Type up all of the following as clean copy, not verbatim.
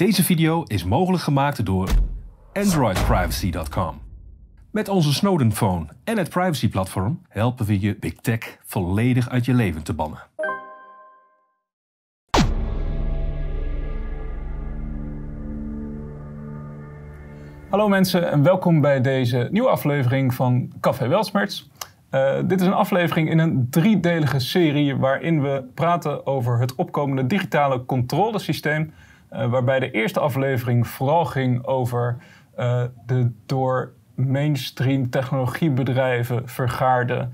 Deze video is mogelijk gemaakt door AndroidPrivacy.com. Met onze Snowden Phone en het privacyplatform helpen we je Big Tech volledig uit je leven te bannen. Hallo mensen en welkom bij deze nieuwe aflevering van Café Welsmerts. Dit is een aflevering in een driedelige serie waarin we praten over het opkomende digitale controlesysteem. Waarbij de eerste aflevering vooral ging over de door mainstream technologiebedrijven vergaarde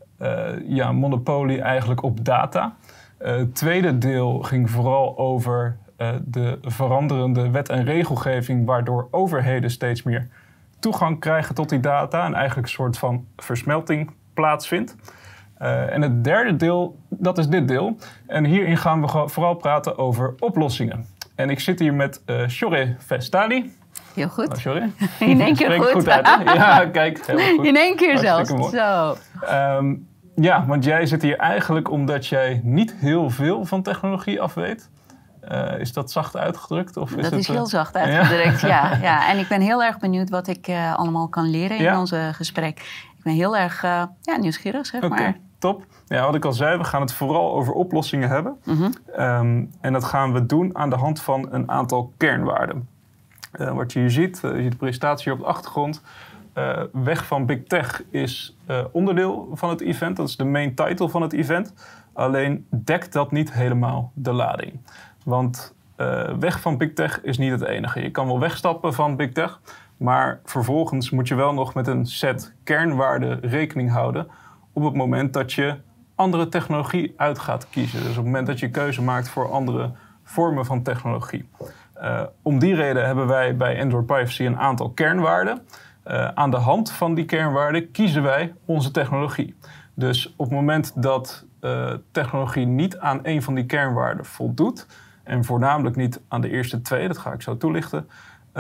monopolie eigenlijk op data. Het tweede deel ging vooral over de veranderende wet- en regelgeving waardoor overheden steeds meer toegang krijgen tot die data en eigenlijk een soort van versmelting plaatsvindt. En het derde deel, dat is dit deel. En hierin gaan we vooral praten over oplossingen. En ik zit hier met Shore Vestali. Heel goed. Shore. In één keer goed. Goed uit, hè? Ja, kijk. Heel goed. In één keer zelfs. Mooi. Zo. Ja, want jij zit hier eigenlijk omdat jij niet heel veel van technologie af weet. Is dat zacht uitgedrukt? Of is Dat het, is heel zacht uitgedrukt, ja. En ik ben heel erg benieuwd wat ik allemaal kan leren in onze gesprek. Ik ben heel erg nieuwsgierig, zeg maar. Top. Ja, wat ik al zei, we gaan het vooral over oplossingen hebben. En dat gaan we doen aan de hand van een aantal kernwaarden. Wat je hier ziet, je ziet de presentatie hier op de achtergrond. Weg van Big Tech is onderdeel van het event. Dat is de main title van het event. Alleen dekt dat niet helemaal de lading. Want weg van Big Tech is niet het enige. Je kan wel wegstappen van Big Tech. Maar vervolgens moet je wel nog met een set kernwaarden rekening houden op het moment dat je andere technologie uit gaat kiezen. Dus op het moment dat je keuze maakt voor andere vormen van technologie. Om die reden hebben wij bij Android Privacy een aantal kernwaarden. Aan de hand van die kernwaarden kiezen wij onze technologie. Dus op het moment dat technologie niet aan een van die kernwaarden voldoet, en voornamelijk niet aan de eerste twee, dat ga ik zo toelichten,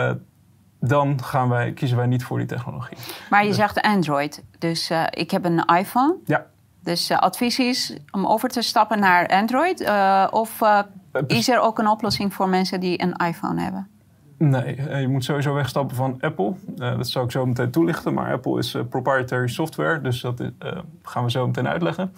dan kiezen wij niet voor die technologie. Maar je zegt Android, dus ik heb een iPhone. Ja. Dus advies is om over te stappen naar Android? Of is er ook een oplossing voor mensen die een iPhone hebben? Nee, je moet sowieso wegstappen van Apple. Dat zal ik zo meteen toelichten. Maar Apple is proprietary software, dus dat gaan we zo meteen uitleggen.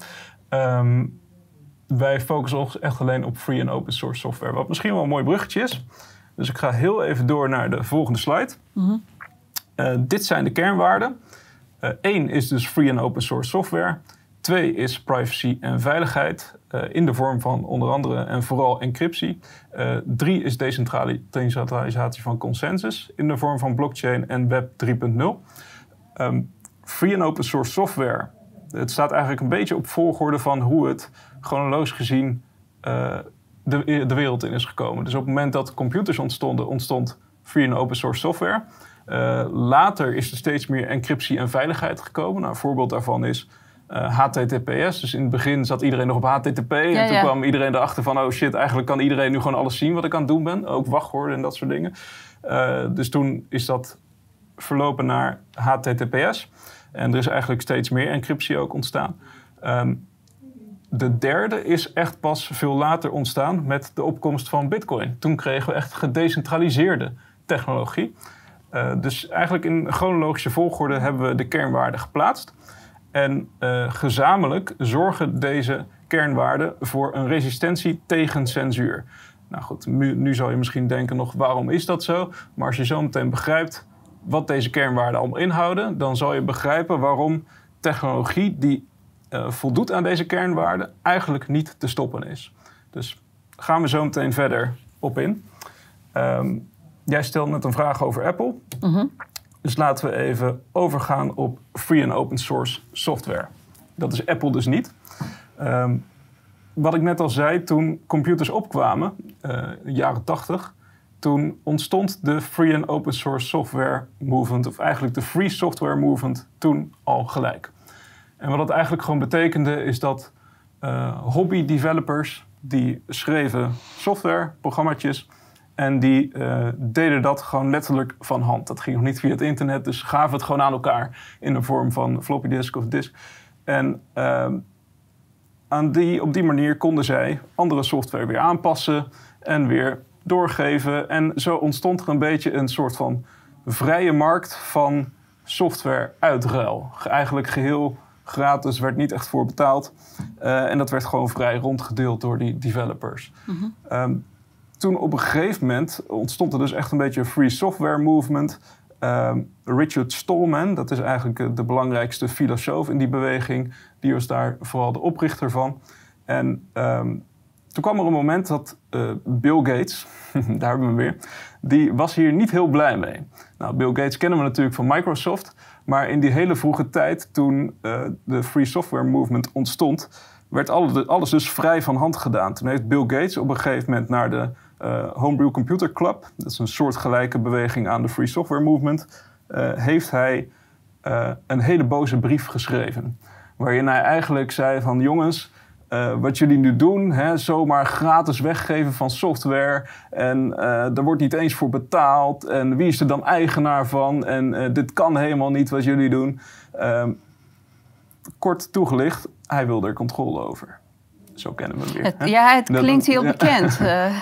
Wij focussen ons echt alleen op free en open source software. Wat misschien wel een mooi bruggetje is. Dus ik ga heel even door naar de volgende slide. Dit zijn de kernwaarden. 1 is dus free en open source software. 2 is privacy en veiligheid. In de vorm van onder andere en vooral encryptie. 3 is decentralisatie van consensus. In de vorm van blockchain en web 3.0. Free en open source software. Het staat eigenlijk een beetje op volgorde van hoe het chronologisch gezien de wereld in is gekomen. Dus op het moment dat computers ontstonden, ontstond free en open source software. Later is er steeds meer encryptie en veiligheid gekomen. Nou, een voorbeeld daarvan is HTTPS. Dus in het begin zat iedereen nog op HTTP. En toen kwam iedereen erachter van, oh shit, eigenlijk kan iedereen nu gewoon alles zien wat ik aan het doen ben. Ook wachtwoorden en dat soort dingen. Dus toen is dat verlopen naar HTTPS. En er is eigenlijk steeds meer encryptie ook ontstaan. De derde is echt pas veel later ontstaan met de opkomst van Bitcoin. Toen kregen we echt gedecentraliseerde technologie. Dus eigenlijk in chronologische volgorde hebben we de kernwaarden geplaatst. En gezamenlijk zorgen deze kernwaarden voor een resistentie tegen censuur. Nou goed, nu zal je misschien denken nog, waarom is dat zo? Maar als je zo meteen begrijpt wat deze kernwaarden allemaal inhouden, dan zal je begrijpen waarom technologie die voldoet aan deze kernwaarden eigenlijk niet te stoppen is. Dus gaan we zo meteen verder op in. Jij stelt net een vraag over Apple. Dus laten we even overgaan op free en open source software. Dat is Apple dus niet. Wat ik net al zei, toen computers opkwamen, jaren 80... toen ontstond de free en open source software movement, of eigenlijk de free software movement, toen al gelijk. En wat dat eigenlijk gewoon betekende, is dat hobby developers, die schreven software, programmaatjes, en die deden dat gewoon letterlijk van hand. Dat ging nog niet via het internet, dus gaven het gewoon aan elkaar in de vorm van floppy disk of disk. En op die manier konden zij andere software weer aanpassen en weer doorgeven. En zo ontstond er een beetje een soort van vrije markt van software-uitruil. Eigenlijk geheel gratis, werd niet echt voor betaald. En dat werd gewoon vrij rondgedeeld door die developers. Toen op een gegeven moment ontstond er dus echt een beetje een free software movement. Richard Stallman, dat is eigenlijk de belangrijkste filosoof in die beweging. Die was daar vooral de oprichter van. En toen kwam er een moment dat Bill Gates, daar hebben we hem weer, die was hier niet heel blij mee. Nou, Bill Gates kennen we natuurlijk van Microsoft. Maar in die hele vroege tijd, toen de free software movement ontstond, werd alles dus vrij van hand gedaan. Toen heeft Bill Gates op een gegeven moment naar de Homebrew Computer Club, dat is een soortgelijke beweging aan de free software movement, heeft hij een hele boze brief geschreven. Waarin hij eigenlijk zei van jongens, wat jullie nu doen, zomaar gratis weggeven van software en er wordt niet eens voor betaald en wie is er dan eigenaar van en dit kan helemaal niet wat jullie doen. Kort toegelicht, hij wil er controle over. Zo kennen we hem weer. Het klinkt heel bekend.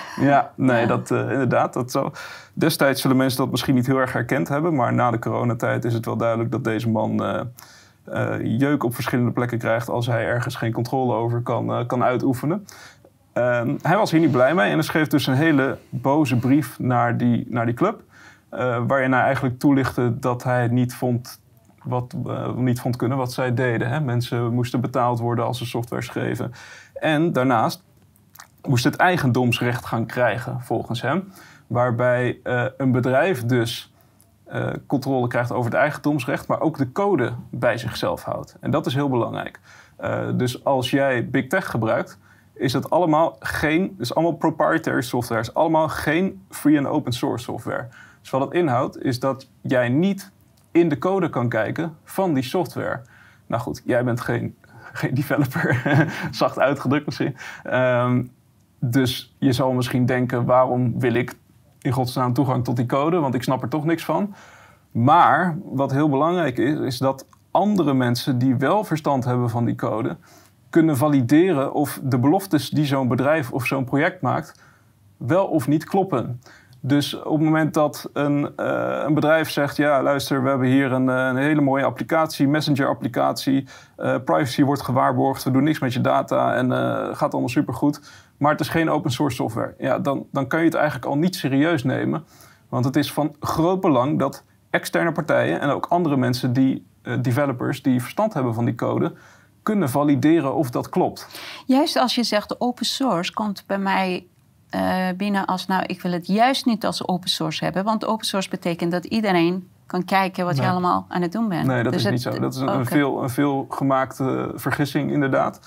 Dat inderdaad. Dat zo. Destijds zullen mensen dat misschien niet heel erg herkend hebben, maar na de coronatijd is het wel duidelijk dat deze man jeuk op verschillende plekken krijgt als hij ergens geen controle over kan uitoefenen. Hij was hier niet blij mee en hij schreef dus een hele boze brief naar die club, waarin hij eigenlijk toelichtte dat hij niet vond kunnen wat zij deden. Hè. Mensen moesten betaald worden als ze software schreven. En daarnaast moest het eigendomsrecht gaan krijgen, volgens hem. Waarbij een bedrijf dus controle krijgt over het eigendomsrecht, maar ook de code bij zichzelf houdt. En dat is heel belangrijk. Dus als jij Big Tech gebruikt, is dat allemaal allemaal proprietary software. Het is allemaal geen free en open source software. Dus wat het inhoudt, is dat jij niet in de code kan kijken van die software. Nou goed, jij bent geen developer, zacht uitgedrukt misschien. Dus je zal misschien denken, waarom wil ik in godsnaam toegang tot die code? Want ik snap er toch niks van. Maar wat heel belangrijk is dat andere mensen die wel verstand hebben van die code kunnen valideren of de beloftes die zo'n bedrijf of zo'n project maakt wel of niet kloppen. Dus op het moment dat een bedrijf zegt, ja luister, we hebben hier een hele mooie applicatie, messenger-applicatie, privacy wordt gewaarborgd, we doen niks met je data en gaat allemaal supergoed, maar het is geen open source software. Ja, dan kan je het eigenlijk al niet serieus nemen, want het is van groot belang dat externe partijen en ook andere mensen, developers die verstand hebben van die code, kunnen valideren of dat klopt. Juist als je zegt open source, komt bij mij binnen als, nou, ik wil het juist niet als open source hebben. Want open source betekent dat iedereen kan kijken wat je allemaal aan het doen bent. Nee, dat is niet zo. Dat is een veel gemaakte vergissing inderdaad.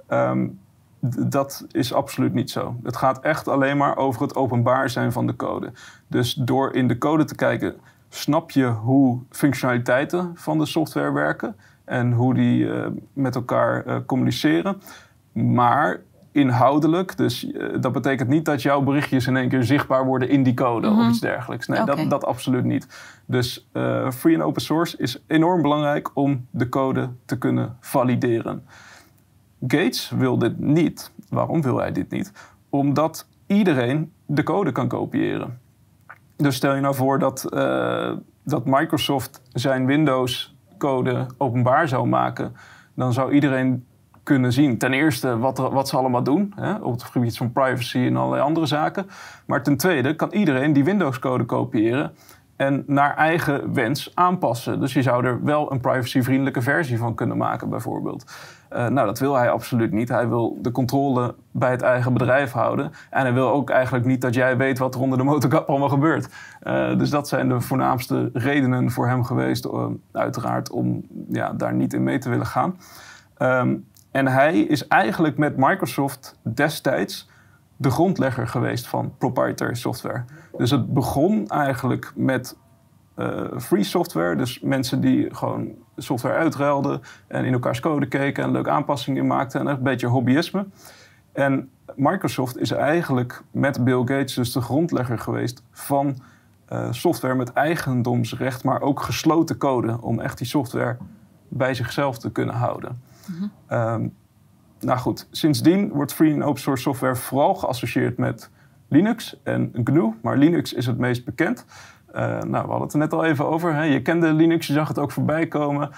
Dat is absoluut niet zo. Het gaat echt alleen maar over het openbaar zijn van de code. Dus door in de code te kijken, snap je hoe functionaliteiten van de software werken en hoe die met elkaar communiceren. Maar inhoudelijk, dus dat betekent niet dat jouw berichtjes in één keer zichtbaar worden in die code of iets dergelijks. Nee, dat absoluut niet. Dus free en open source is enorm belangrijk om de code te kunnen valideren. Gates wil dit niet. Waarom wil hij dit niet? Omdat iedereen de code kan kopiëren. Dus stel je nou voor dat Microsoft zijn Windows-code openbaar zou maken, dan zou iedereen kunnen zien, ten eerste wat ze allemaal doen, op het gebied van privacy en allerlei andere zaken. Maar ten tweede kan iedereen die Windows-code kopiëren en naar eigen wens aanpassen. Dus je zou er wel een privacyvriendelijke versie van kunnen maken, bijvoorbeeld. Nou, dat wil hij absoluut niet. Hij wil de controle bij het eigen bedrijf houden. En hij wil ook eigenlijk niet dat jij weet wat er onder de motorkap allemaal gebeurt. Dus dat zijn de voornaamste redenen voor hem geweest, uiteraard, om daar niet in mee te willen gaan. En hij is eigenlijk met Microsoft destijds de grondlegger geweest van proprietary software. Dus het begon eigenlijk met free software. Dus mensen die gewoon software uitruilden en in elkaars code keken en leuke aanpassingen in maakten. En een beetje hobbyisme. En Microsoft is eigenlijk met Bill Gates dus de grondlegger geweest van software met eigendomsrecht, maar ook gesloten code om echt die software bij zichzelf te kunnen houden. Nou goed, sindsdien wordt free en open source software vooral geassocieerd met Linux en GNU, maar Linux is het meest bekend. We hadden het er net al even over. Hè. Je kende Linux, je zag het ook voorbij komen.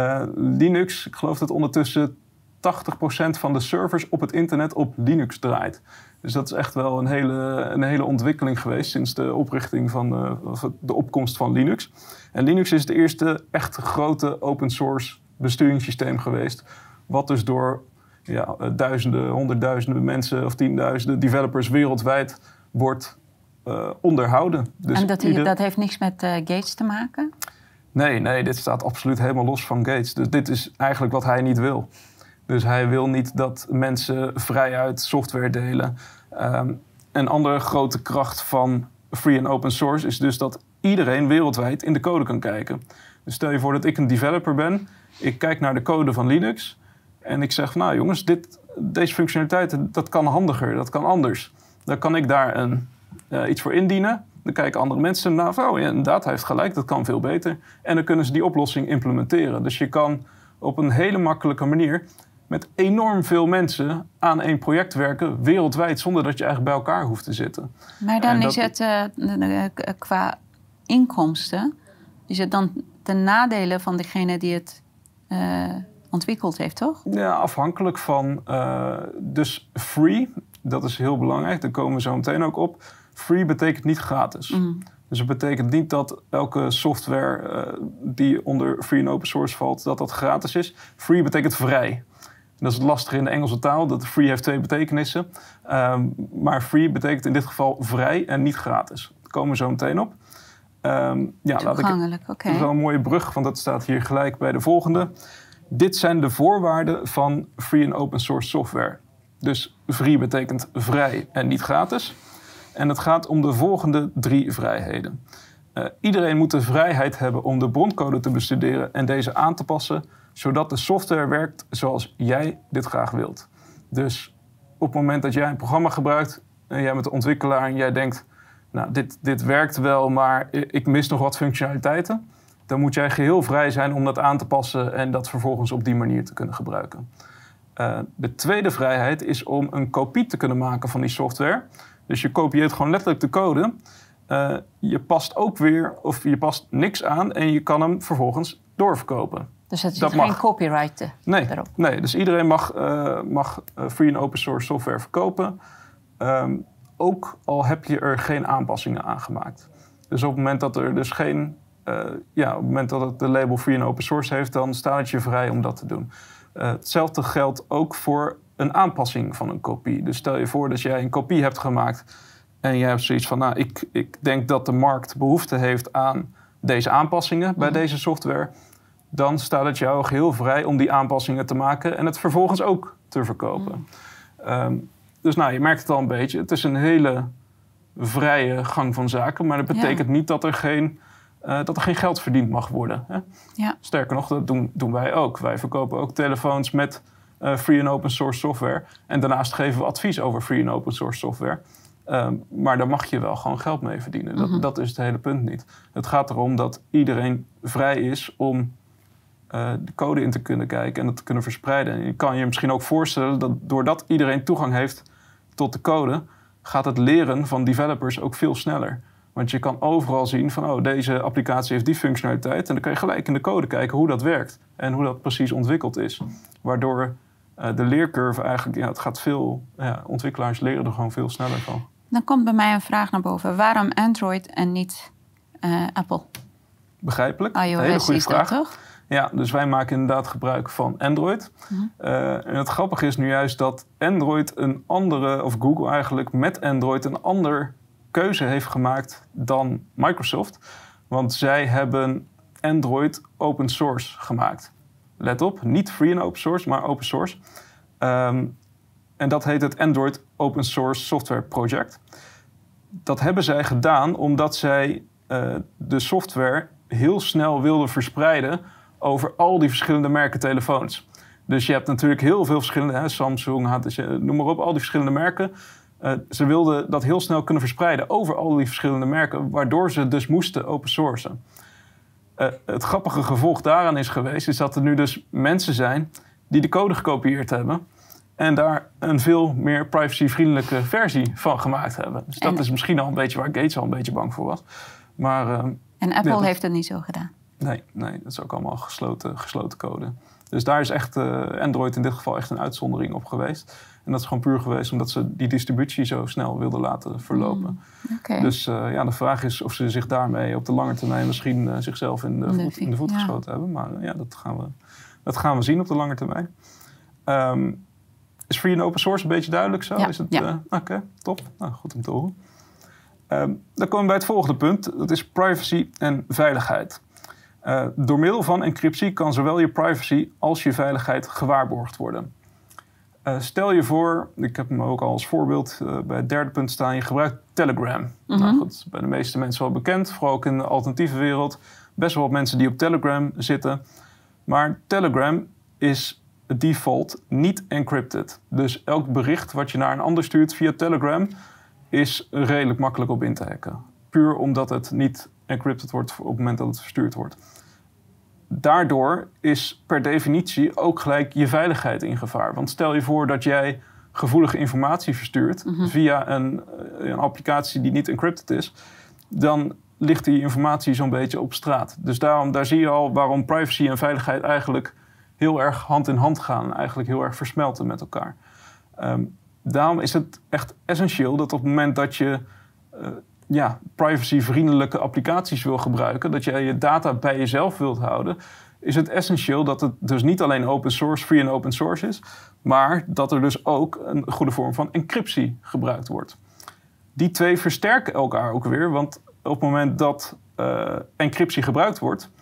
Linux, ik geloof dat ondertussen 80% van de servers op het internet op Linux draait. Dus dat is echt wel een hele ontwikkeling geweest sinds de oprichting van de opkomst van Linux. En Linux is het eerste echt grote open source besturingssysteem geweest. Wat dus door duizenden, honderdduizenden mensen of tienduizenden developers wereldwijd wordt onderhouden. Dus en dat heeft niks met Gates te maken? Nee, dit staat absoluut helemaal los van Gates. Dus dit is eigenlijk wat hij niet wil. Dus hij wil niet dat mensen vrijuit software delen. Een andere grote kracht van free en open source is dus dat iedereen wereldwijd in de code kan kijken. Dus stel je voor dat ik een developer ben. Ik kijk naar de code van Linux. En ik zeg van, nou jongens, deze functionaliteit, dat kan handiger, dat kan anders. Dan kan ik daar iets voor indienen. Dan kijken andere mensen naar van, inderdaad, hij heeft gelijk, dat kan veel beter. En dan kunnen ze die oplossing implementeren. Dus je kan op een hele makkelijke manier met enorm veel mensen aan één project werken, wereldwijd, zonder dat je eigenlijk bij elkaar hoeft te zitten. Maar dan is het qua inkomsten, is het dan ten nadele van degene die het ontwikkeld heeft, toch? Ja, afhankelijk van. Dus free, dat is heel belangrijk, daar komen we zo meteen ook op. Free betekent niet gratis. Dus het betekent niet dat elke software die onder free en open source valt, dat gratis is. Free betekent vrij. Dat is het lastige in de Engelse taal, dat free heeft 2 betekenissen. Maar free betekent in dit geval vrij en niet gratis. Daar komen we zo meteen op. Toegankelijk, oké. Dat is wel een mooie brug, want dat staat hier gelijk bij de volgende. Dit zijn de voorwaarden van free en open source software. Dus free betekent vrij en niet gratis. En het gaat om de volgende 3 vrijheden. Iedereen moet de vrijheid hebben om de broncode te bestuderen en deze aan te passen, zodat de software werkt zoals jij dit graag wilt. Dus op het moment dat jij een programma gebruikt en jij bent de ontwikkelaar en jij denkt, nou, dit werkt wel, maar ik mis nog wat functionaliteiten, dan moet jij geheel vrij zijn om dat aan te passen en dat vervolgens op die manier te kunnen gebruiken. De tweede vrijheid is om een kopie te kunnen maken van die software. Dus je kopieert gewoon letterlijk de code. Je past ook weer, of je past niks aan en je kan hem vervolgens doorverkopen. Dus het is geen copyright erop? Nee, dus iedereen mag free en open source software verkopen. Ook al heb je er geen aanpassingen aan gemaakt. Dus op het moment dat er dus geen... op het moment dat het de label free en open source heeft, dan staat het je vrij om dat te doen. Hetzelfde geldt ook voor een aanpassing van een kopie. Dus stel je voor dat jij een kopie hebt gemaakt en jij hebt zoiets van, nou, ik denk dat de markt behoefte heeft aan deze aanpassingen bij deze software. Dan staat het jou geheel vrij om die aanpassingen te maken en het vervolgens ook te verkopen. Dus nou, je merkt het al een beetje. Het is een hele vrije gang van zaken, maar dat betekent niet dat er geen geld verdiend mag worden. Hè? Ja. Sterker nog, dat doen wij ook. Wij verkopen ook telefoons met free en open source software. En daarnaast geven we advies over free en open source software. Maar daar mag je wel gewoon geld mee verdienen. Dat is het hele punt niet. Het gaat erom dat iedereen vrij is om de code in te kunnen kijken en dat te kunnen verspreiden. En je kan je misschien ook voorstellen dat doordat iedereen toegang heeft tot de code, gaat het leren van developers ook veel sneller. Want je kan overal zien van, deze applicatie heeft die functionaliteit. En dan kan je gelijk in de code kijken hoe dat werkt. En hoe dat precies ontwikkeld is. Waardoor de leercurve eigenlijk, het gaat veel... ontwikkelaars leren er gewoon veel sneller van. Dan komt bij mij een vraag naar boven. Waarom Android en niet Apple? Begrijpelijk. iOS hele goede is vraag. dat toch? Ja, dus wij maken inderdaad gebruik van Android. En het grappige is nu juist dat Android een andere... of Google eigenlijk met Android een ander keuze heeft gemaakt dan Microsoft. Want zij hebben Android open source gemaakt. Let op, niet free en open source, maar open source. En dat heet het Android Open Source Software Project. Dat hebben zij gedaan omdat zij de software heel snel wilden verspreiden over al die verschillende merken telefoons. Dus je hebt natuurlijk heel veel verschillende, Samsung, HTC, noem maar op, al die verschillende merken. Ze wilden dat heel snel kunnen verspreiden over al die verschillende merken, waardoor ze dus moesten open sourcen. Het grappige gevolg daaraan is geweest, is dat er nu dus mensen zijn die de code gekopieerd hebben En daar een veel meer privacyvriendelijke versie van gemaakt hebben. Dus dat is misschien al een beetje waar Gates al een beetje bang voor was. Maar, en Apple heeft het niet zo gedaan? Nee, dat is ook allemaal gesloten code. Dus daar is echt Android in dit geval echt een uitzondering op geweest. En dat is gewoon puur geweest omdat ze die distributie zo snel wilden laten verlopen. Okay. Dus de vraag is of ze zich daarmee op de lange termijn misschien zichzelf in de voet geschoten hebben. Maar dat gaan we zien op de lange termijn. Is free en open source een beetje duidelijk zo? Ja. Oké, top. Nou, goed om te horen. Dan komen we bij het volgende punt. Dat is privacy en veiligheid. Door middel van encryptie kan zowel je privacy als je veiligheid gewaarborgd worden. Stel je voor, ik heb hem ook al als voorbeeld bij het derde punt staan, je gebruikt Telegram. Nou goed, bij de meeste mensen wel bekend, vooral ook in de alternatieve wereld. Best wel wat mensen die op Telegram zitten. Maar Telegram is default niet encrypted. Dus elk bericht wat je naar een ander stuurt via Telegram is redelijk makkelijk op in te hacken. Puur omdat het niet encrypted wordt op het moment dat het verstuurd wordt. Daardoor is per definitie ook gelijk je veiligheid in gevaar. Want stel je voor dat jij gevoelige informatie verstuurt via een applicatie die niet encrypted is, dan ligt die informatie zo'n beetje op straat. Dus daar zie je al waarom privacy en veiligheid eigenlijk heel erg hand in hand gaan. Eigenlijk heel erg versmelten met elkaar. Daarom is het echt essentieel dat op het moment dat je privacyvriendelijke applicaties wil gebruiken, dat jij je data bij jezelf wilt houden, is het essentieel dat het dus niet alleen open source, free en open source is, maar dat er dus ook een goede vorm van encryptie gebruikt wordt. Die twee versterken elkaar ook weer, want op het moment dat encryptie gebruikt wordt,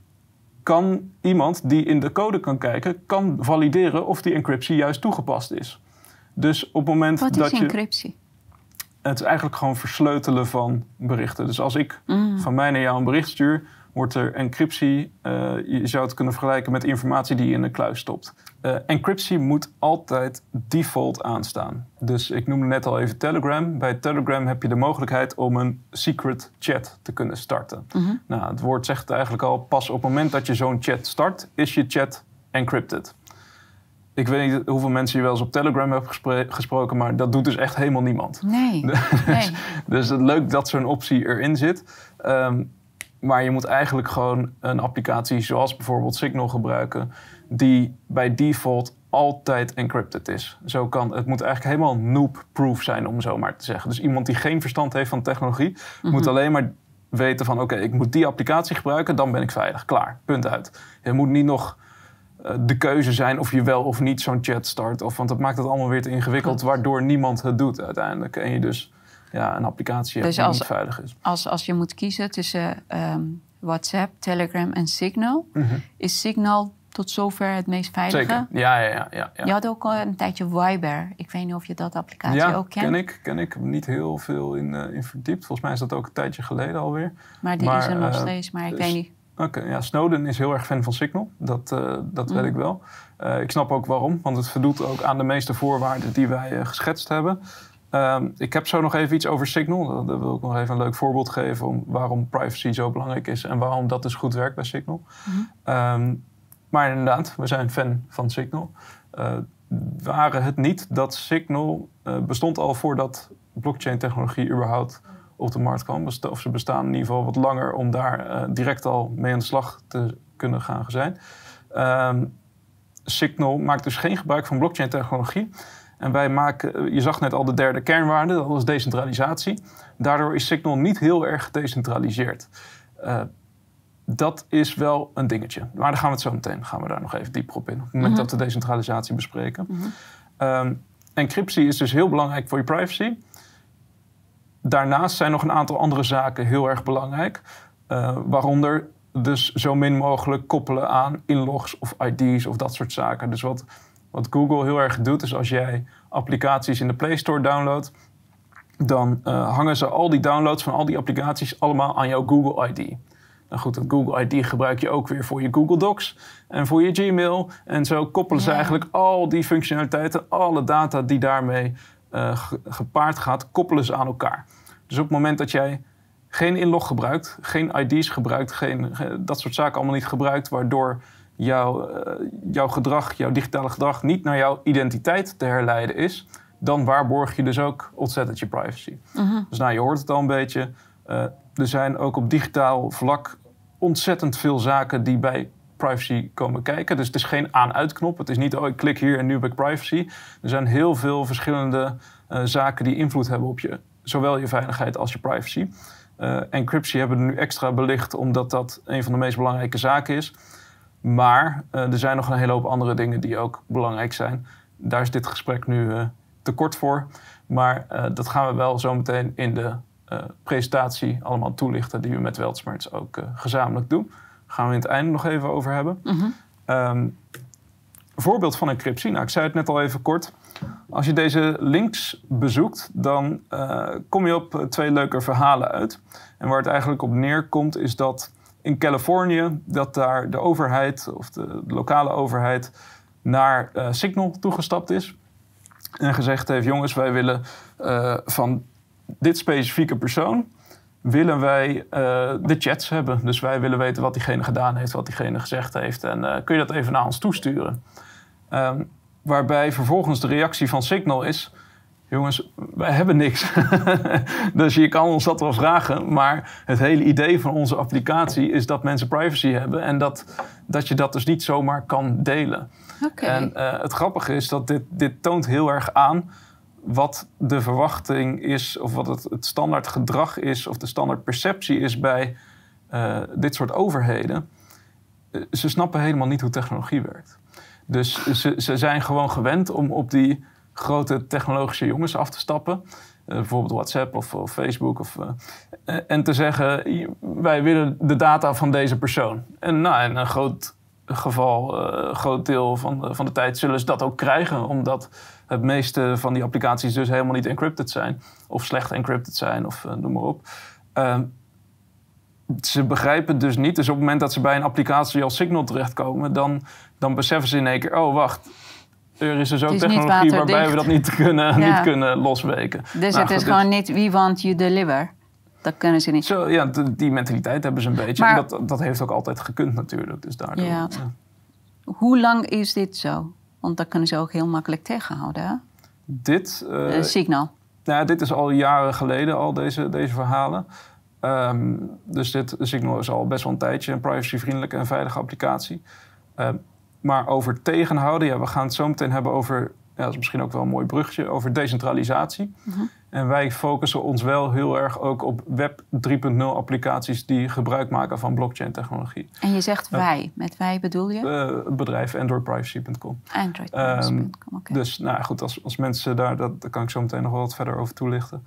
kan iemand die in de code kan kijken, kan valideren of die encryptie juist toegepast is. Dus op het moment Wat dat is encryptie? Het is eigenlijk gewoon versleutelen van berichten. Dus als ik van mij naar jou een bericht stuur, wordt er encryptie. Je zou het kunnen vergelijken met informatie die je in een kluis stopt. Encryptie moet altijd default aanstaan. Dus ik noemde net al even Telegram. Bij Telegram heb je de mogelijkheid om een secret chat te kunnen starten. Nou, het woord zegt het eigenlijk al. Pas op het moment dat je zo'n chat start, is je chat encrypted. Ik weet niet hoeveel mensen je wel eens op Telegram hebben gesproken, maar dat doet dus echt helemaal niemand. Nee. Dus het is leuk dat zo'n optie erin zit. Maar je moet eigenlijk gewoon een applicatie zoals bijvoorbeeld Signal gebruiken, die bij default altijd encrypted is. Het moet eigenlijk helemaal noob-proof zijn, om zo maar te zeggen. Dus iemand die geen verstand heeft van technologie, moet alleen maar weten van oké, ik moet die applicatie gebruiken, dan ben ik veilig. Klaar, punt uit. Je moet niet nog de keuze zijn of je wel of niet zo'n chat start. Want dat maakt het allemaal weer te ingewikkeld, waardoor niemand het doet uiteindelijk. En je dus een applicatie hebt die niet veilig is. Als je moet kiezen tussen WhatsApp, Telegram en Signal, is Signal tot zover het meest veilige? Zeker, ja. Je had ook al een tijdje Viber. Ik weet niet of je dat applicatie ook kent. Ken ik. Niet heel veel in verdiept. Volgens mij is dat ook een tijdje geleden alweer. Maar die is er nog steeds, maar ik weet niet. Oké, Snowden is heel erg fan van Signal. Dat weet ik wel. Ik snap ook waarom, want het voldoet ook aan de meeste voorwaarden die wij geschetst hebben. Ik heb zo nog even iets over Signal. Daar wil ik nog even een leuk voorbeeld geven waarom privacy zo belangrijk is en waarom dat dus goed werkt bij Signal. Maar inderdaad, we zijn fan van Signal. Waren het niet dat Signal bestond al voordat blockchain-technologie überhaupt op de markt kwam. Of ze bestaan in ieder geval wat langer om daar direct al mee aan de slag te kunnen gaan zijn. Signal maakt dus geen gebruik van blockchain-technologie. En wij maken, je zag net al de derde kernwaarde, dat was decentralisatie. Daardoor is Signal niet heel erg gedecentraliseerd. Dat is wel een dingetje. Maar daar gaan we het zo meteen daar nog even dieper op in. Op het moment dat we decentralisatie bespreken. Encryptie is dus heel belangrijk voor je privacy. Daarnaast zijn nog een aantal andere zaken heel erg belangrijk. Waaronder dus zo min mogelijk koppelen aan inlogs of ID's of dat soort zaken. Dus wat Google heel erg doet, is als jij applicaties in de Play Store downloadt, dan hangen ze al die downloads van al die applicaties allemaal aan jouw Google ID. Nou goed, dat Google ID gebruik je ook weer voor je Google Docs en voor je Gmail. En zo koppelen ze eigenlijk al die functionaliteiten, alle data die daarmee gepaard gaat, koppelen ze aan elkaar. Dus op het moment dat jij geen inlog gebruikt, geen ID's gebruikt, dat soort zaken allemaal niet gebruikt, waardoor jouw gedrag, jouw digitale gedrag niet naar jouw identiteit te herleiden is, dan waarborg je dus ook ontzettend je privacy. Dus je hoort het al een beetje. Er zijn ook op digitaal vlak ontzettend veel zaken die bij privacy komen kijken. Dus het is geen aan-uitknop. Het is niet, ik klik hier en nu heb ik privacy. Er zijn heel veel verschillende zaken die invloed hebben op zowel je veiligheid als je privacy. Encryptie hebben we nu extra belicht, omdat dat een van de meest belangrijke zaken is. Maar er zijn nog een hele hoop andere dingen die ook belangrijk zijn. Daar is dit gesprek nu te kort voor. Maar dat gaan we wel zo meteen in de presentatie allemaal toelichten, die we met Weltschmerz ook gezamenlijk doen. Daar gaan we in het einde nog even over hebben. Een voorbeeld van encryptie. Nou, ik zei het net al even kort. Als je deze links bezoekt, dan kom je op 2 leuke verhalen uit. En waar het eigenlijk op neerkomt, is dat in Californië, dat daar de overheid of de lokale overheid naar Signal toegestapt is. En gezegd heeft, jongens, wij willen van dit specifieke persoon willen wij de chats hebben. Dus wij willen weten wat diegene gedaan heeft, wat diegene gezegd heeft. En kun je dat even naar ons toesturen? Waarbij vervolgens de reactie van Signal is, jongens, wij hebben niks. Dus je kan ons dat wel vragen. Maar het hele idee van onze applicatie is dat mensen privacy hebben. En dat je dat dus niet zomaar kan delen. En het grappige is dat dit toont heel erg aan wat de verwachting is, of wat het standaard gedrag is, of de standaard perceptie is bij dit soort overheden. Ze snappen helemaal niet hoe technologie werkt. Dus ze zijn gewoon gewend om op die grote technologische jongens af te stappen. Bijvoorbeeld WhatsApp of Facebook. En te zeggen, wij willen de data van deze persoon. En in een groot deel van de tijd zullen ze dat ook krijgen, omdat het meeste van die applicaties dus helemaal niet encrypted zijn. Of slecht encrypted zijn, of noem maar op. Ze begrijpen dus niet. Dus op het moment dat ze bij een applicatie als Signal terechtkomen, dan beseffen ze in één keer, oh wacht, er is dus ook technologie waarbij we dat niet kunnen losweken. Dus het is gewoon niet we want you deliver. Dat kunnen ze niet. Die mentaliteit hebben ze een beetje. Maar, en dat heeft ook altijd gekund natuurlijk. Dus daardoor, ja. Hoe lang is dit zo? Want dat kunnen ze ook heel makkelijk tegenhouden. Hè? Signal. Dit is al jaren geleden, al deze verhalen. Dus Signal is al best wel een tijdje een privacyvriendelijke en veilige applicatie. Maar over tegenhouden, we gaan het zo meteen hebben over, dat is misschien ook wel een mooi bruggetje, over decentralisatie. En wij focussen ons wel heel erg ook op Web 3.0 applicaties die gebruik maken van blockchain technologie. En je zegt wij. Met wij bedoel je? Het bedrijf AndroidPrivacy.com. AndroidPrivacy.com, oké. Dus goed, als mensen daar kan ik zo meteen nog wel wat verder over toelichten.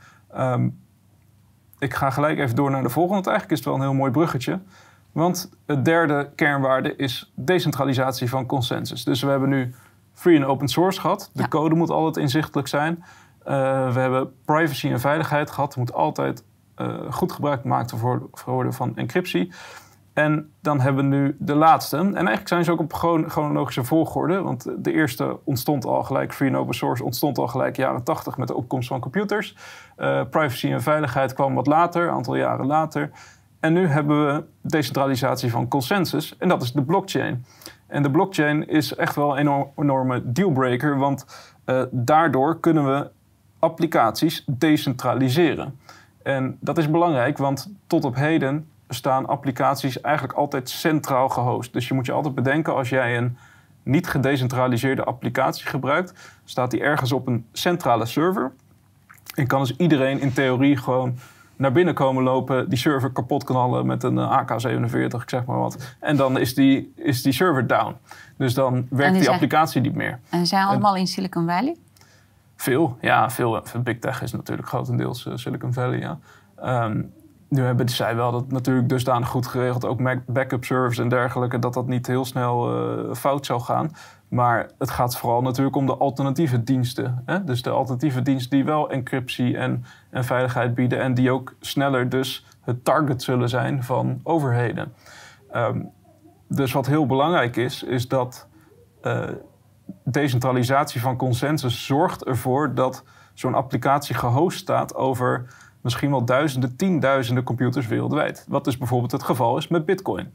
Ik ga gelijk even door naar de volgende, want eigenlijk is het wel een heel mooi bruggetje. Want het derde kernwaarde is decentralisatie van consensus. Dus we hebben nu free en open source gehad. De code moet altijd inzichtelijk zijn. We hebben privacy en veiligheid gehad. Er moet altijd goed gebruik gemaakt worden van encryptie. En dan hebben we nu de laatste. En eigenlijk zijn ze ook op chronologische volgorde. Want de eerste ontstond al gelijk, free en open source ontstond al gelijk jaren 80 met de opkomst van computers. Privacy en veiligheid kwam wat later, een aantal jaren later. En nu hebben we decentralisatie van consensus. En dat is de blockchain. En de blockchain is echt wel een enorme dealbreaker. Want daardoor kunnen we applicaties decentraliseren. En dat is belangrijk, want tot op heden staan applicaties eigenlijk altijd centraal gehost. Dus je moet je altijd bedenken, als jij een niet gedecentraliseerde applicatie gebruikt, staat die ergens op een centrale server. En kan dus iedereen in theorie gewoon naar binnen komen lopen, die server kapot knallen met een AK-47, ik zeg maar wat. En dan is die server down. Dus dan werkt die applicatie niet meer. En zijn allemaal in Silicon Valley? Veel. Big Tech is natuurlijk grotendeels Silicon Valley, ja. Nu hebben zij wel dat natuurlijk dusdanig goed geregeld, ook backup servers en dergelijke, dat niet heel snel fout zou gaan. Maar het gaat vooral natuurlijk om de alternatieve diensten. Hè? Dus de alternatieve diensten die wel encryptie en veiligheid bieden en die ook sneller dus het target zullen zijn van overheden. Dus wat heel belangrijk is dat decentralisatie van consensus zorgt ervoor dat zo'n applicatie gehost staat over misschien wel duizenden, tienduizenden computers wereldwijd. Wat dus bijvoorbeeld het geval is met Bitcoin.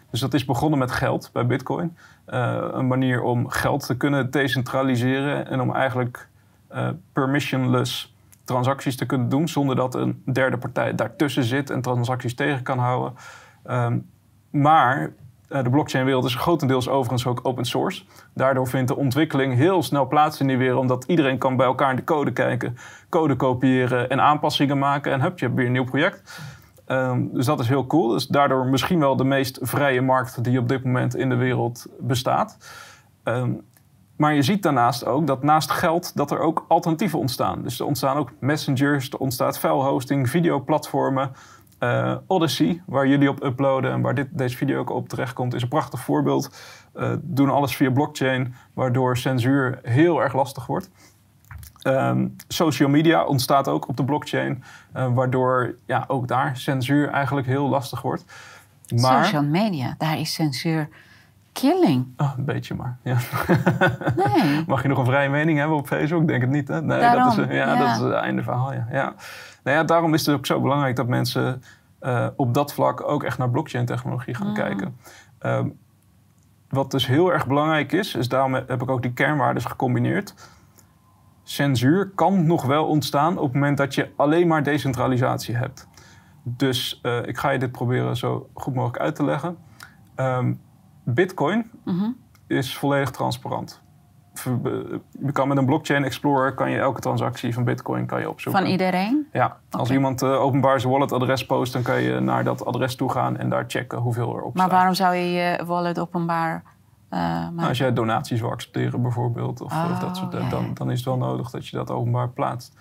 Dus dat is begonnen met geld bij Bitcoin. Een manier om geld te kunnen decentraliseren en om eigenlijk permissionless transacties te kunnen doen zonder dat een derde partij daartussen zit en transacties tegen kan houden. Maar de blockchain-wereld is grotendeels overigens ook open source. Daardoor vindt de ontwikkeling heel snel plaats in die wereld, omdat iedereen kan bij elkaar in de code kijken, code kopiëren en aanpassingen maken. En je hebt weer een nieuw project. Dus dat is heel cool. Dus daardoor misschien wel de meest vrije markt die op dit moment in de wereld bestaat. Maar je ziet daarnaast ook dat naast geld dat er ook alternatieven ontstaan. Dus er ontstaan ook messengers, er ontstaat filehosting, videoplatformen. Odyssey, waar jullie op uploaden en waar deze video ook op terechtkomt, is een prachtig voorbeeld. Doen alles via blockchain, waardoor censuur heel erg lastig wordt. Social media ontstaat ook op de blockchain, waardoor ook daar censuur eigenlijk heel lastig wordt. Maar, social media, daar is censuur killing. Oh, een beetje maar. Ja. Nee. Mag je nog een vrije mening hebben op Facebook? Ik denk het niet, hè? Nee, daarom, dat is het einde verhaal. Ja. Nou ja, daarom is het ook zo belangrijk dat mensen op dat vlak ook echt naar blockchain-technologie gaan kijken. Wat dus heel erg belangrijk is daarom heb ik ook die kernwaarden gecombineerd. Censuur kan nog wel ontstaan op het moment dat je alleen maar decentralisatie hebt. Dus ik ga je dit proberen zo goed mogelijk uit te leggen. Bitcoin is volledig transparant. Je kan met een blockchain explorer kan je elke transactie van Bitcoin kan je opzoeken. Van iedereen? Ja, als iemand openbaar zijn walletadres post, dan kan je naar dat adres toe gaan en daar checken hoeveel erop staat. Maar waarom zou je je wallet openbaar maken? Als jij donaties wil accepteren bijvoorbeeld, of dat soort, dan is het wel nodig dat je dat openbaar plaatst.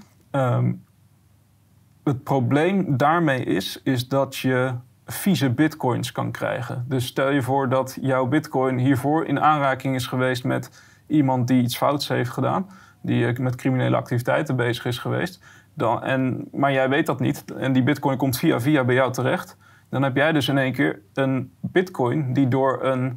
Het probleem daarmee is dat je vieze bitcoins kan krijgen. Dus stel je voor dat jouw bitcoin hiervoor in aanraking is geweest met iemand die iets fouts heeft gedaan, die met criminele activiteiten bezig is geweest. Maar jij weet dat niet en die bitcoin komt via bij jou terecht. Dan heb jij dus in één keer een bitcoin die door een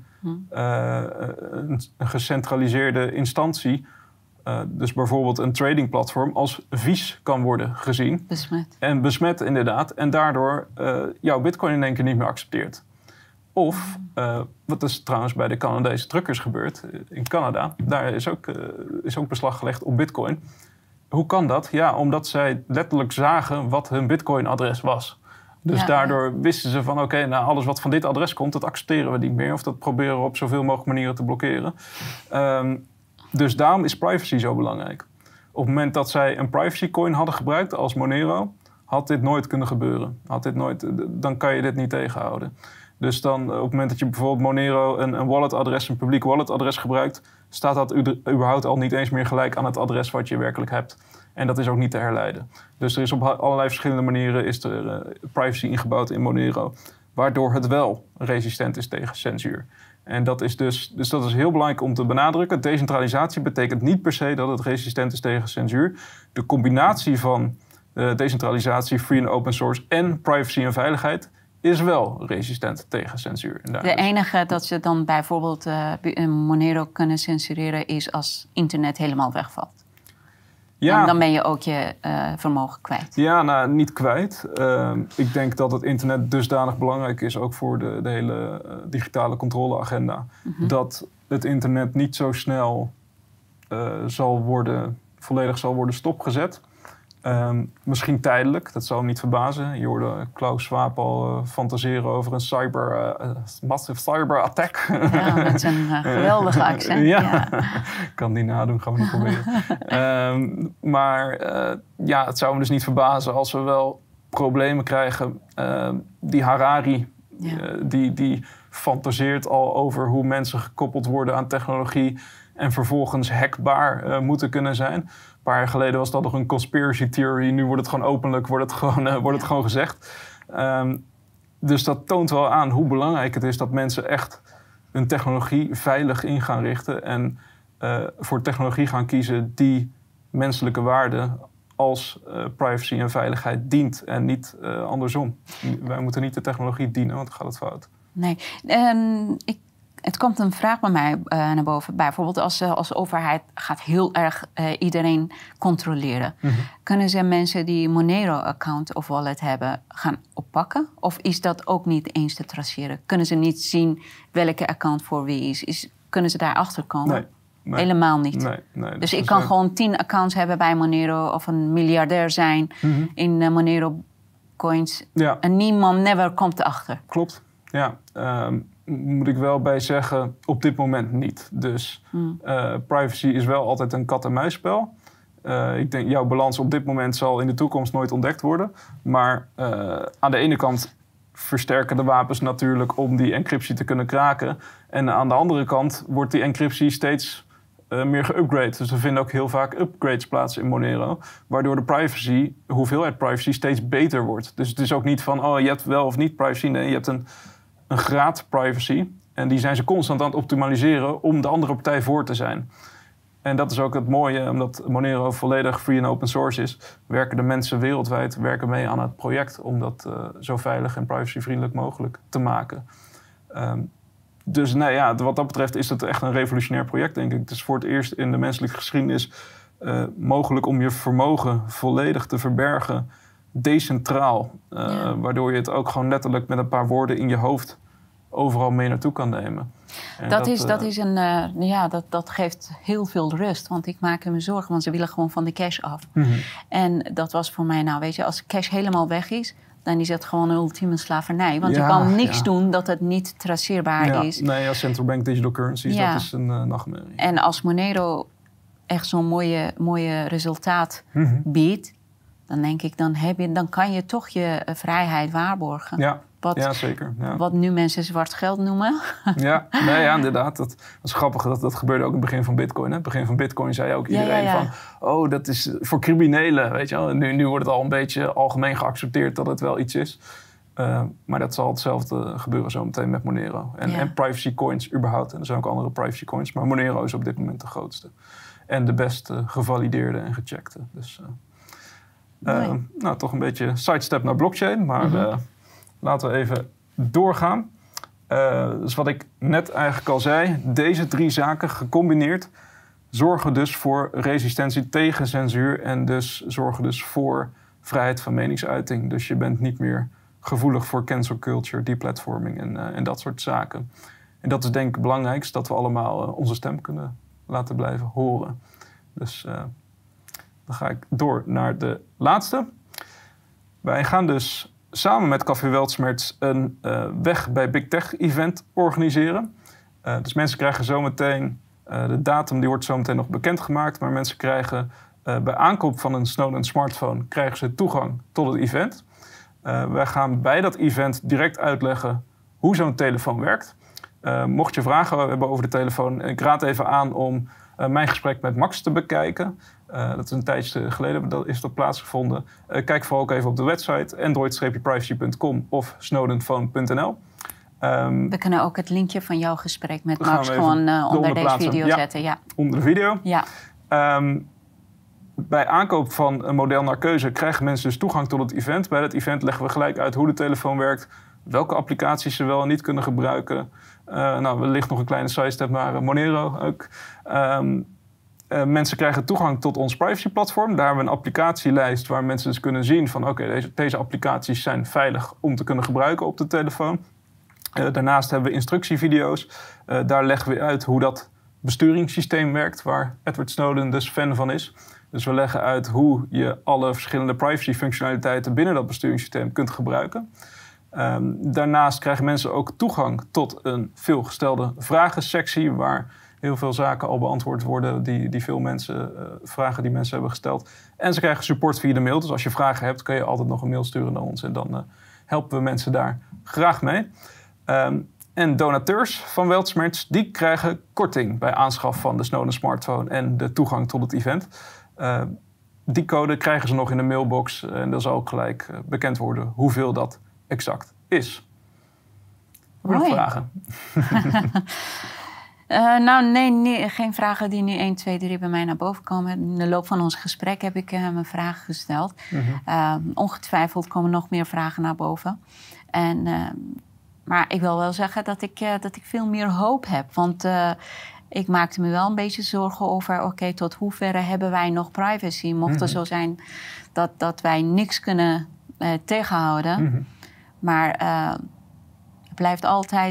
gecentraliseerde instantie, dus bijvoorbeeld een tradingplatform, als vies kan worden gezien. Besmet. En besmet inderdaad. En daardoor jouw bitcoin in één keer niet meer accepteert. Of, wat is trouwens bij de Canadese truckers gebeurd in Canada. Daar is ook beslag gelegd op bitcoin. Hoe kan dat? Ja, omdat zij letterlijk zagen wat hun bitcoin-adres was. Dus daardoor wisten ze van oké, alles wat van dit adres komt, dat accepteren we niet meer. Of dat proberen we op zoveel mogelijk manieren te blokkeren. Dus daarom is privacy zo belangrijk. Op het moment dat zij een privacy coin hadden gebruikt als Monero, had dit nooit kunnen gebeuren. Dan kan je dit niet tegenhouden. Dus dan op het moment dat je bijvoorbeeld Monero een walletadres, een publiek walletadres gebruikt, staat dat überhaupt al niet eens meer gelijk aan het adres wat je werkelijk hebt. En dat is ook niet te herleiden. Dus er is op allerlei verschillende manieren privacy ingebouwd in Monero, waardoor het wel resistent is tegen censuur. En dat is dus dat is heel belangrijk om te benadrukken. Decentralisatie betekent niet per se dat het resistent is tegen censuur. De combinatie van decentralisatie, free en open source en privacy en veiligheid is wel resistent tegen censuur. De enige dat ze dan bijvoorbeeld Monero kunnen censureren is als internet helemaal wegvalt. Ja. Dan ben je ook je vermogen kwijt. Ja, niet kwijt. Ik denk dat het internet dusdanig belangrijk is, ook voor de hele digitale controleagenda, dat het internet niet zo snel volledig zal worden stopgezet. Misschien tijdelijk, dat zal hem niet verbazen. Je hoorde Klaus Schwab al fantaseren over een massive cyber attack. Ja, met zijn geweldige accent. Ja. Ik kan die nadoen, gaan we niet proberen. Maar het zou me dus niet verbazen als we wel problemen krijgen. Die Harari, die fantaseert al over hoe mensen gekoppeld worden aan technologie en vervolgens hackbaar moeten kunnen zijn. Een paar jaar geleden was dat nog een conspiracy theory. Nu wordt het gewoon openlijk, wordt het gewoon gezegd. Dus dat toont wel aan hoe belangrijk het is dat mensen echt hun technologie veilig in gaan richten. En voor technologie gaan kiezen die menselijke waarden als privacy en veiligheid dient. En niet andersom. Wij moeten niet de technologie dienen, want dan gaat het fout. Nee, ik Het komt een vraag bij mij naar boven. Bijvoorbeeld als overheid gaat heel erg iedereen controleren. Kunnen ze mensen die Monero-account of wallet hebben gaan oppakken? Of is dat ook niet eens te traceren? Kunnen ze niet zien welke account voor wie is? Kunnen ze daar achter komen? Nee. Helemaal niet. Nee, dus ik kan gewoon 10 accounts hebben bij Monero of een miljardair zijn in Monero coins. Ja. En niemand never komt erachter. Klopt. Ja, moet ik wel bij zeggen, op dit moment niet. Dus privacy is wel altijd een kat-en-muisspel. Ik denk, jouw balans op dit moment zal in de toekomst nooit ontdekt worden. Maar aan de ene kant versterken de wapens natuurlijk om die encryptie te kunnen kraken. En aan de andere kant wordt die encryptie steeds meer geupgrade. Dus er vinden ook heel vaak upgrades plaats in Monero. Waardoor de hoeveelheid privacy steeds beter wordt. Dus het is ook niet van, je hebt wel of niet privacy. Nee, je hebt een graad privacy. En die zijn ze constant aan het optimaliseren om de andere partij voor te zijn. En dat is ook het mooie, omdat Monero volledig free en open source is, werken de mensen wereldwijd mee aan het project om dat zo veilig en privacyvriendelijk mogelijk te maken. Dus wat dat betreft is het echt een revolutionair project, denk ik. Het is voor het eerst in de menselijke geschiedenis mogelijk om je vermogen volledig te verbergen, decentraal. Waardoor je het ook gewoon letterlijk met een paar woorden in je hoofd overal mee naartoe kan nemen. En dat geeft heel veel rust. Want ik maak me zorgen, want ze willen gewoon van de cache af. En dat was voor mij, als cache helemaal weg is, dan is het gewoon een ultieme slavernij. Want je kan niks doen dat het niet traceerbaar is. Nee, als central bank digital currencies, dat is een nachtmerrie. En als Monero echt zo'n mooie resultaat biedt, dan denk ik, dan kan je toch je vrijheid waarborgen. Ja. Zeker. Ja. Wat nu mensen zwart geld noemen. Inderdaad. Dat is grappig. Dat gebeurde ook in het begin van Bitcoin. Hè? In het begin van Bitcoin zei ook iedereen van, dat is voor criminelen, weet je wel. Nu wordt het al een beetje algemeen geaccepteerd dat het wel iets is. Maar dat zal hetzelfde gebeuren zometeen met Monero. En privacy coins überhaupt. En er zijn ook andere privacy coins. Maar Monero is op dit moment de grootste. En de best gevalideerde en gecheckte. Dus toch een beetje sidestep naar blockchain. Maar laten we even doorgaan. Dus wat ik net eigenlijk al zei, deze 3 zaken gecombineerd zorgen dus voor resistentie tegen censuur en dus zorgen dus voor vrijheid van meningsuiting. Dus je bent niet meer gevoelig voor cancel culture, deplatforming en dat soort zaken. En dat is denk ik het belangrijkste, dat we allemaal onze stem kunnen laten blijven horen. Dus dan ga ik door naar de laatste. Wij gaan dus samen met Café Weltschmerz een Weg bij Big Tech event organiseren. Dus mensen krijgen zometeen, de datum die wordt zometeen nog bekendgemaakt, maar mensen krijgen bij aankoop van een Snowden smartphone krijgen ze toegang tot het event. Wij gaan bij dat event direct uitleggen hoe zo'n telefoon werkt. Mocht je vragen hebben over de telefoon, ik raad even aan om mijn gesprek met Max te bekijken. Dat is een tijdje geleden is dat plaatsgevonden. Kijk vooral ook even op de website android-privacy.com of snowdenphone.nl. We kunnen ook het linkje van jouw gesprek met Max gewoon onder deze video zetten. Ja. Onder de video. Ja. Bij aankoop van een model naar keuze krijgen mensen dus toegang tot het event. Bij dat event leggen we gelijk uit hoe de telefoon werkt, welke applicaties ze wel en niet kunnen gebruiken. Wellicht nog een kleine sidestep naar Monero ook. Mensen krijgen toegang tot ons privacy-platform. Daar hebben we een applicatielijst waar mensen dus kunnen zien van deze applicaties zijn veilig om te kunnen gebruiken op de telefoon. Daarnaast hebben we instructievideo's. Daar leggen we uit hoe dat besturingssysteem werkt, waar Edward Snowden dus fan van is. Dus we leggen uit hoe je alle verschillende privacy-functionaliteiten binnen dat besturingssysteem kunt gebruiken. Daarnaast krijgen mensen ook toegang tot een veelgestelde vragensectie, waar heel veel zaken al beantwoord worden die veel mensen, vragen die mensen hebben gesteld. En ze krijgen support via de mail. Dus als je vragen hebt, kun je altijd nog een mail sturen naar ons. En dan helpen we mensen daar graag mee. En donateurs van Weltschmerz, die krijgen korting bij aanschaf van de Snowden smartphone en de toegang tot het event. Die code krijgen ze nog in de mailbox. En dan zal ook gelijk bekend worden hoeveel dat exact is. Heb je nog vragen? Nee, geen vragen die nu 1, 2, 3 bij mij naar boven komen. In de loop van ons gesprek heb ik mijn vragen gesteld. Ongetwijfeld komen nog meer vragen naar boven. En Maar ik wil wel zeggen dat ik veel meer hoop heb. Want ik maakte me wel een beetje zorgen over... oké, tot hoeverre hebben wij nog privacy? Mocht het zo zijn dat wij niks kunnen tegenhouden. Maar het blijft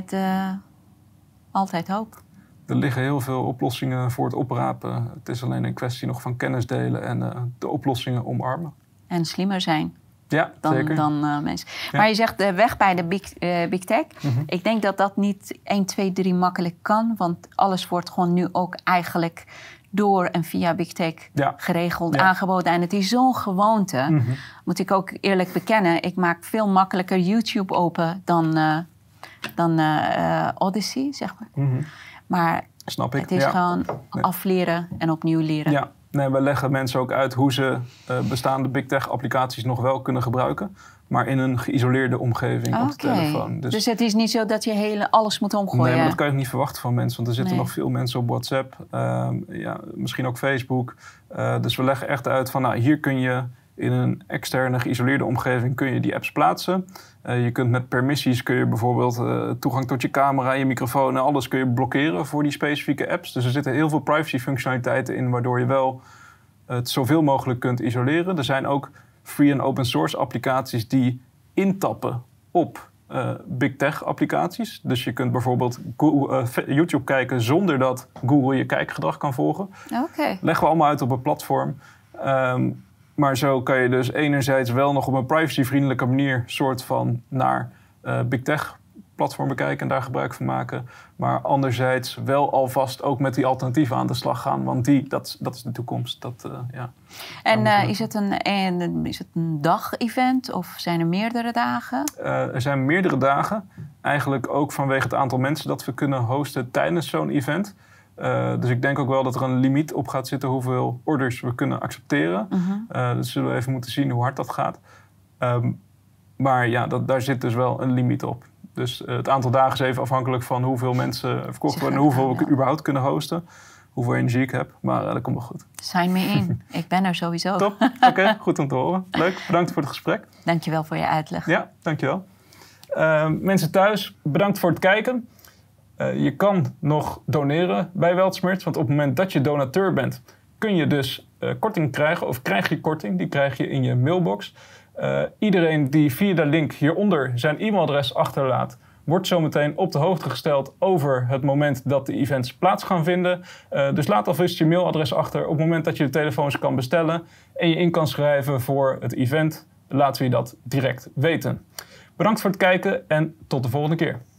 altijd hoop. Er liggen heel veel oplossingen voor het oprapen. Het is alleen een kwestie nog van kennis delen en de oplossingen omarmen. En slimmer zijn. Ja, zeker. Dan mensen. Ja. Maar je zegt weg bij de big tech. Ik denk dat dat niet 1, 2, 3 makkelijk kan. Want alles wordt gewoon nu ook eigenlijk door en via big tech geregeld, aangeboden. En het is zo'n gewoonte. Moet ik ook eerlijk bekennen. Ik maak veel makkelijker YouTube open dan Odyssey, zeg maar. Maar snap ik. Het is gewoon afleren en opnieuw leren. Ja. Nee, we leggen mensen ook uit hoe ze bestaande big tech applicaties nog wel kunnen gebruiken. Maar in een geïsoleerde omgeving op de telefoon. Dus het is niet zo dat je alles moet omgooien? Nee, maar dat kan je niet verwachten van mensen. Want er zitten nog veel mensen op WhatsApp. Misschien ook Facebook. Dus we leggen echt uit van hier kun je in een externe geïsoleerde omgeving kun je die apps plaatsen. Je kunt met permissies kun je bijvoorbeeld toegang tot je camera, je microfoon en alles kun je blokkeren voor die specifieke apps. Dus er zitten heel veel privacy functionaliteiten in waardoor je wel het zoveel mogelijk kunt isoleren. Er zijn ook free en open source applicaties die intappen op big tech applicaties. Dus je kunt bijvoorbeeld YouTube kijken zonder dat Google je kijkgedrag kan volgen. Leggen we allemaal uit op een platform. Maar zo kan je dus enerzijds wel nog op een privacyvriendelijke manier soort van naar big tech platformen kijken en daar gebruik van maken. Maar anderzijds wel alvast ook met die alternatieven aan de slag gaan. Want dat is de toekomst. En is het een dag-event of zijn er meerdere dagen? Er zijn meerdere dagen. Eigenlijk ook vanwege het aantal mensen dat we kunnen hosten tijdens zo'n event. Dus ik denk ook wel dat er een limiet op gaat zitten hoeveel orders we kunnen accepteren. Dus zullen we even moeten zien hoe hard dat gaat. Maar ja, daar zit dus wel een limiet op. Dus het aantal dagen is even afhankelijk van hoeveel mensen verkocht worden... en hoeveel we überhaupt kunnen hosten. Hoeveel energie ik heb. Maar dat komt wel goed. Sign me in. Ik ben er sowieso. Top. Oké, goed om te horen. Leuk. Bedankt voor het gesprek. Dankjewel voor je uitleg. Ja, dankjewel. Mensen thuis, bedankt voor het kijken. Je kan nog doneren bij Weltschmerz. Want op het moment dat je donateur bent... kun je dus korting krijgen. Of krijg je korting. Die krijg je in je mailbox. Iedereen die via de link hieronder zijn e-mailadres achterlaat... wordt zometeen op de hoogte gesteld over het moment dat de events plaats gaan vinden. Dus laat alvast je mailadres achter op het moment dat je de telefoons kan bestellen... en je in kan schrijven voor het event. Laten we je dat direct weten. Bedankt voor het kijken en tot de volgende keer.